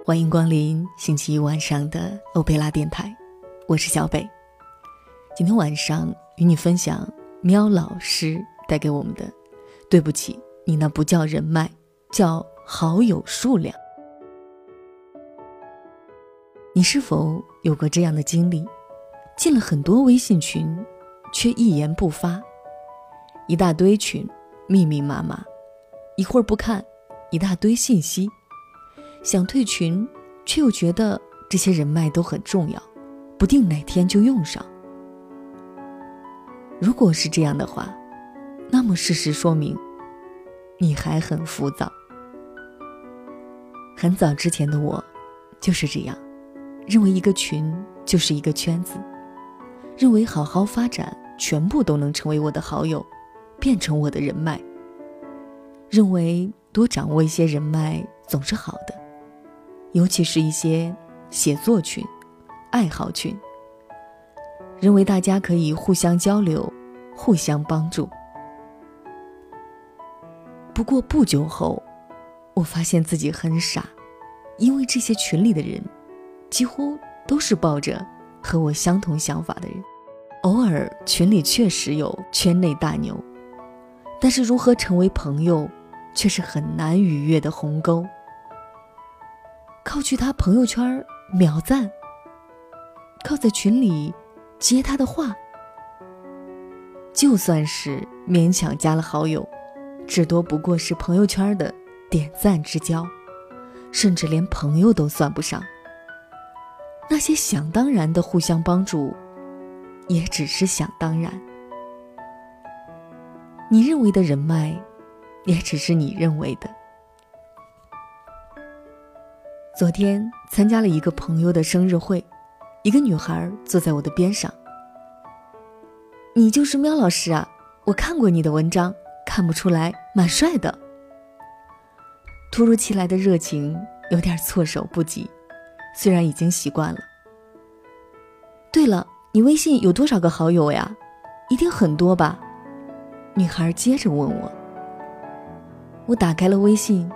欢迎光临星期一晚上的欧贝拉电台，我是小北。今天晚上与你分享喵老师带给我们的对不起，你那不叫人脉，叫好友数量。你是否有过这样的经历，进了很多微信群，却一言不发，一大堆群密密麻麻，一会儿不看，一大堆信息，想退群，却又觉得这些人脉都很重要，不定哪天就用上。如果是这样的话，那么事实说明你还很浮躁。很早之前的我就是这样，认为一个群就是一个圈子，认为好好发展全部都能成为我的好友，变成我的人脉，认为多掌握一些人脉总是好的，尤其是一些写作群、爱好群，认为大家可以互相交流，互相帮助。不过不久后，我发现自己很傻，因为这些群里的人几乎都是抱着和我相同想法的人。偶尔群里确实有圈内大牛，但是如何成为朋友却是很难逾越的鸿沟。靠去他朋友圈秒赞，靠在群里接他的话，就算是勉强加了好友，至多不过是朋友圈的点赞之交，甚至连朋友都算不上。那些想当然的互相帮助，也只是想当然。你认为的人脉，也只是你认为的。昨天参加了一个朋友的生日会，一个女孩坐在我的边上。你就是喵老师啊，我看过你的文章，看不出来，蛮帅的。突如其来的热情有点措手不及，虽然已经习惯了。对了，你微信有多少个好友呀？一定很多吧？女孩接着问我。我打开了微信，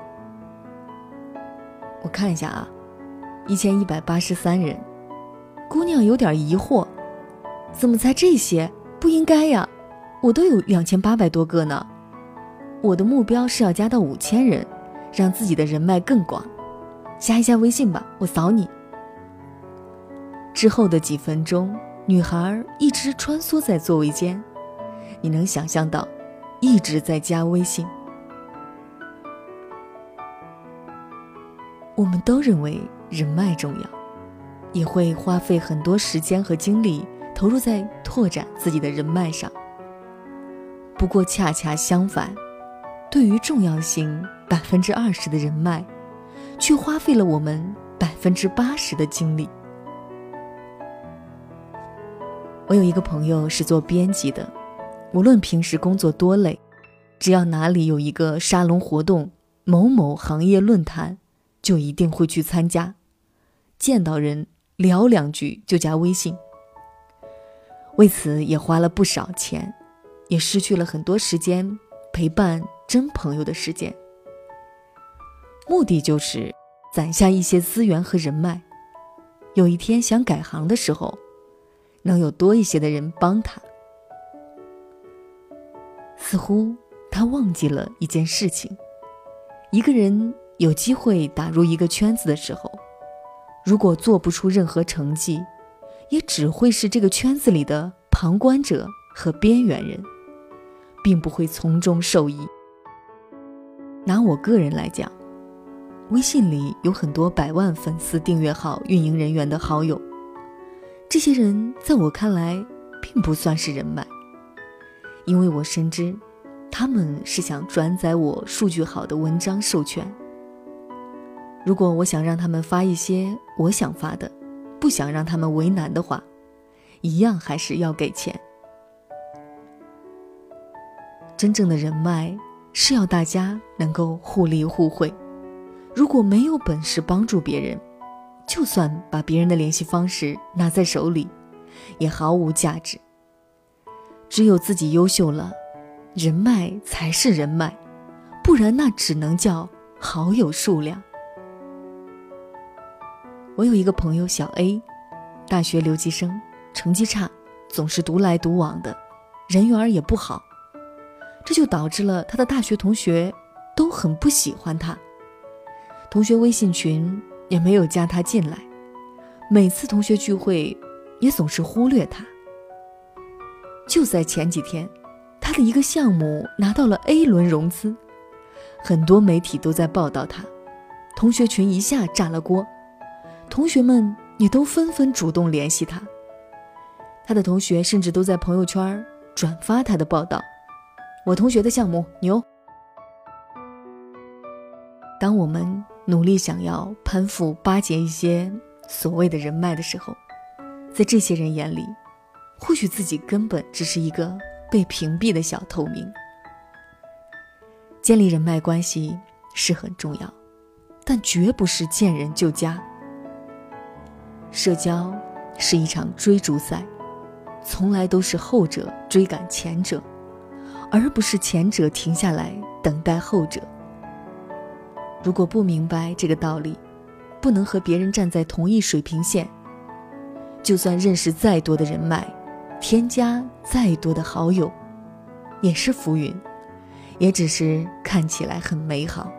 我看一下啊，1183人。姑娘有点疑惑，怎么才这些？不应该呀，我都有2800多个呢。我的目标是要加到5000人，让自己的人脉更广。加一下微信吧，我扫你。之后的几分钟，女孩一直穿梭在座位间，你能想象到，一直在加微信。我们都认为人脉重要，也会花费很多时间和精力投入在拓展自己的人脉上。不过恰恰相反，对于重要性20%的人脉，却花费了我们80%的精力。我有一个朋友是做编辑的，无论平时工作多累，只要哪里有一个沙龙活动、某某行业论坛，就一定会去参加，见到人聊两句就加微信。为此也花了不少钱，也失去了很多时间陪伴真朋友的时间。目的就是攒下一些资源和人脉，有一天想改行的时候，能有多一些的人帮他。似乎他忘记了一件事情，一个人有机会打入一个圈子的时候，如果做不出任何成绩，也只会是这个圈子里的旁观者和边缘人，并不会从中受益。拿我个人来讲，微信里有很多百万粉丝订阅号运营人员的好友，这些人在我看来并不算是人脉，因为我深知他们是想转载我数据好的文章授权。如果我想让他们发一些我想发的，不想让他们为难的话，一样还是要给钱。真正的人脉是要大家能够互利互惠，如果没有本事帮助别人，就算把别人的联系方式拿在手里，也毫无价值。只有自己优秀了，人脉才是人脉，不然那只能叫好友数量。 我有一个朋友小 A， 大学留级生，成绩差，总是独来独往的，人缘也不好，这就导致了他的大学同学都很不喜欢他，同学微信群也没有加他进来，每次同学聚会也总是忽略他。就在前几天，他的一个项目拿到了 A 轮融资，很多媒体都在报道他，同学群一下炸了锅，同学们也都纷纷主动联系他，他的同学甚至都在朋友圈转发他的报道，我同学的项目牛。当我们努力想要攀附巴结一些所谓的人脉的时候，在这些人眼里，或许自己根本只是一个被屏蔽的小透明。建立人脉关系是很重要，但绝不是见人就加。社交是一场追逐赛，从来都是后者追赶前者，而不是前者停下来等待后者。如果不明白这个道理，不能和别人站在同一水平线，就算认识再多的人脉，添加再多的好友，也是浮云，也只是看起来很美好。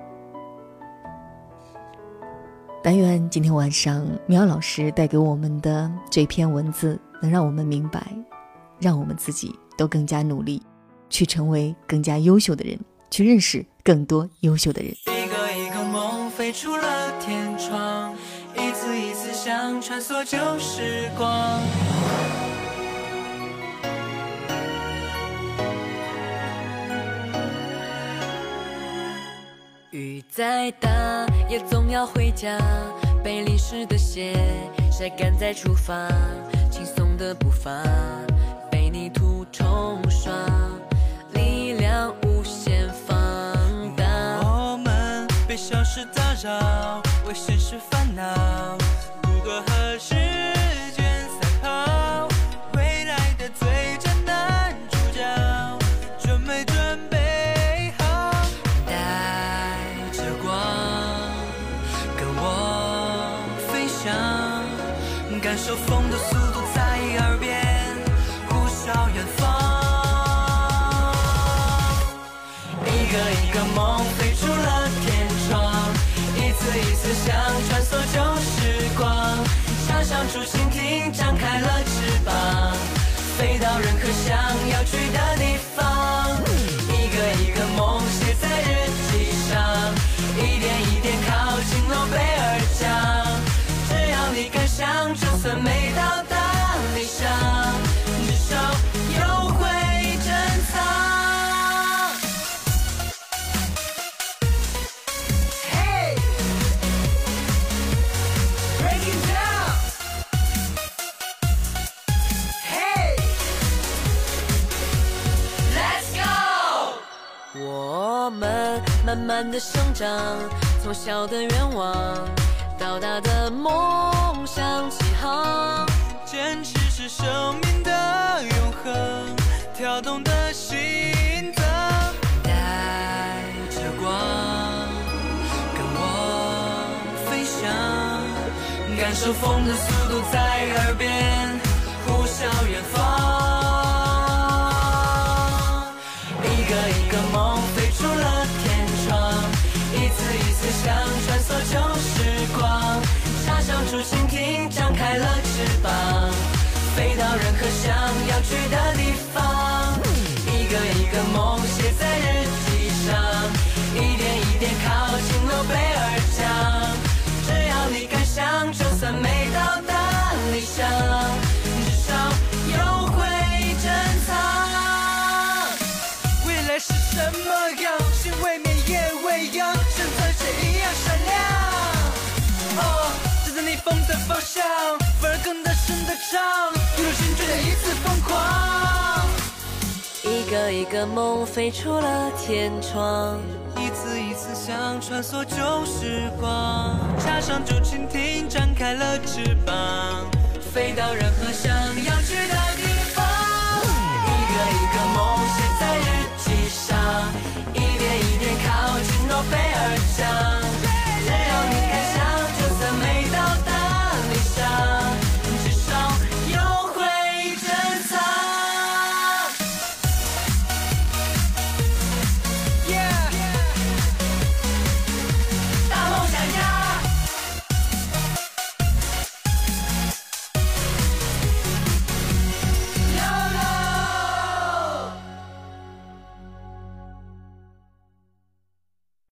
但愿今天晚上苗老师带给我们的这篇文字能让我们明白，让我们自己都更加努力，去成为更加优秀的人，去认识更多优秀的人。 一个一个梦飞出了天窗，一次一次想穿梭旧时光。雨再大也总要回家，被淋湿的鞋晒干再出发，轻松的步伐被泥土冲刷，力量无限放大。我们被小事打扰，为现实烦恼，如何和时间赛跑？未来的最佳男主角，准没准备好？带着光，跟我飞翔，感受风的速度在耳边呼啸远方。一个一个梦飞出了天窗，一次一次想穿梭旧时光，插上竹蜻蜓，张开了翅膀，飞到任何想要去的地方。一个一个梦写在日记上，一点一点靠近诺贝尔奖。只要你敢想，就算没到达理想，至少有会珍藏。Hey, break it down. Hey, let's go. 我们慢慢的生长，从小的愿望到大的梦想起航，坚持是生命的永恒，跳动的心脏。带着光，跟我飞翔，感受风的速度在耳边呼啸远方。一个一个梦飞出了天窗，一次一次想穿梭旧时光，插上竹蜻蜓，张开了翅膀，飞到任何想要去的地方。一个一个梦写在日记上，一点一点靠近诺贝尔奖。只要你敢想，就算没到达理想，至少有会珍藏。未来是什么样？心未泯也未央，生存是一样闪亮。哦，指着逆风的方向，反而更大声的唱，一路心追的一次疯狂。一个一个梦飞出了天窗，一次一次想穿梭旧时光，插上竹蜻蜓，张开了翅膀，飞到任何想要去的地方。一个一个梦写在日记上，一点一点靠近诺贝尔奖。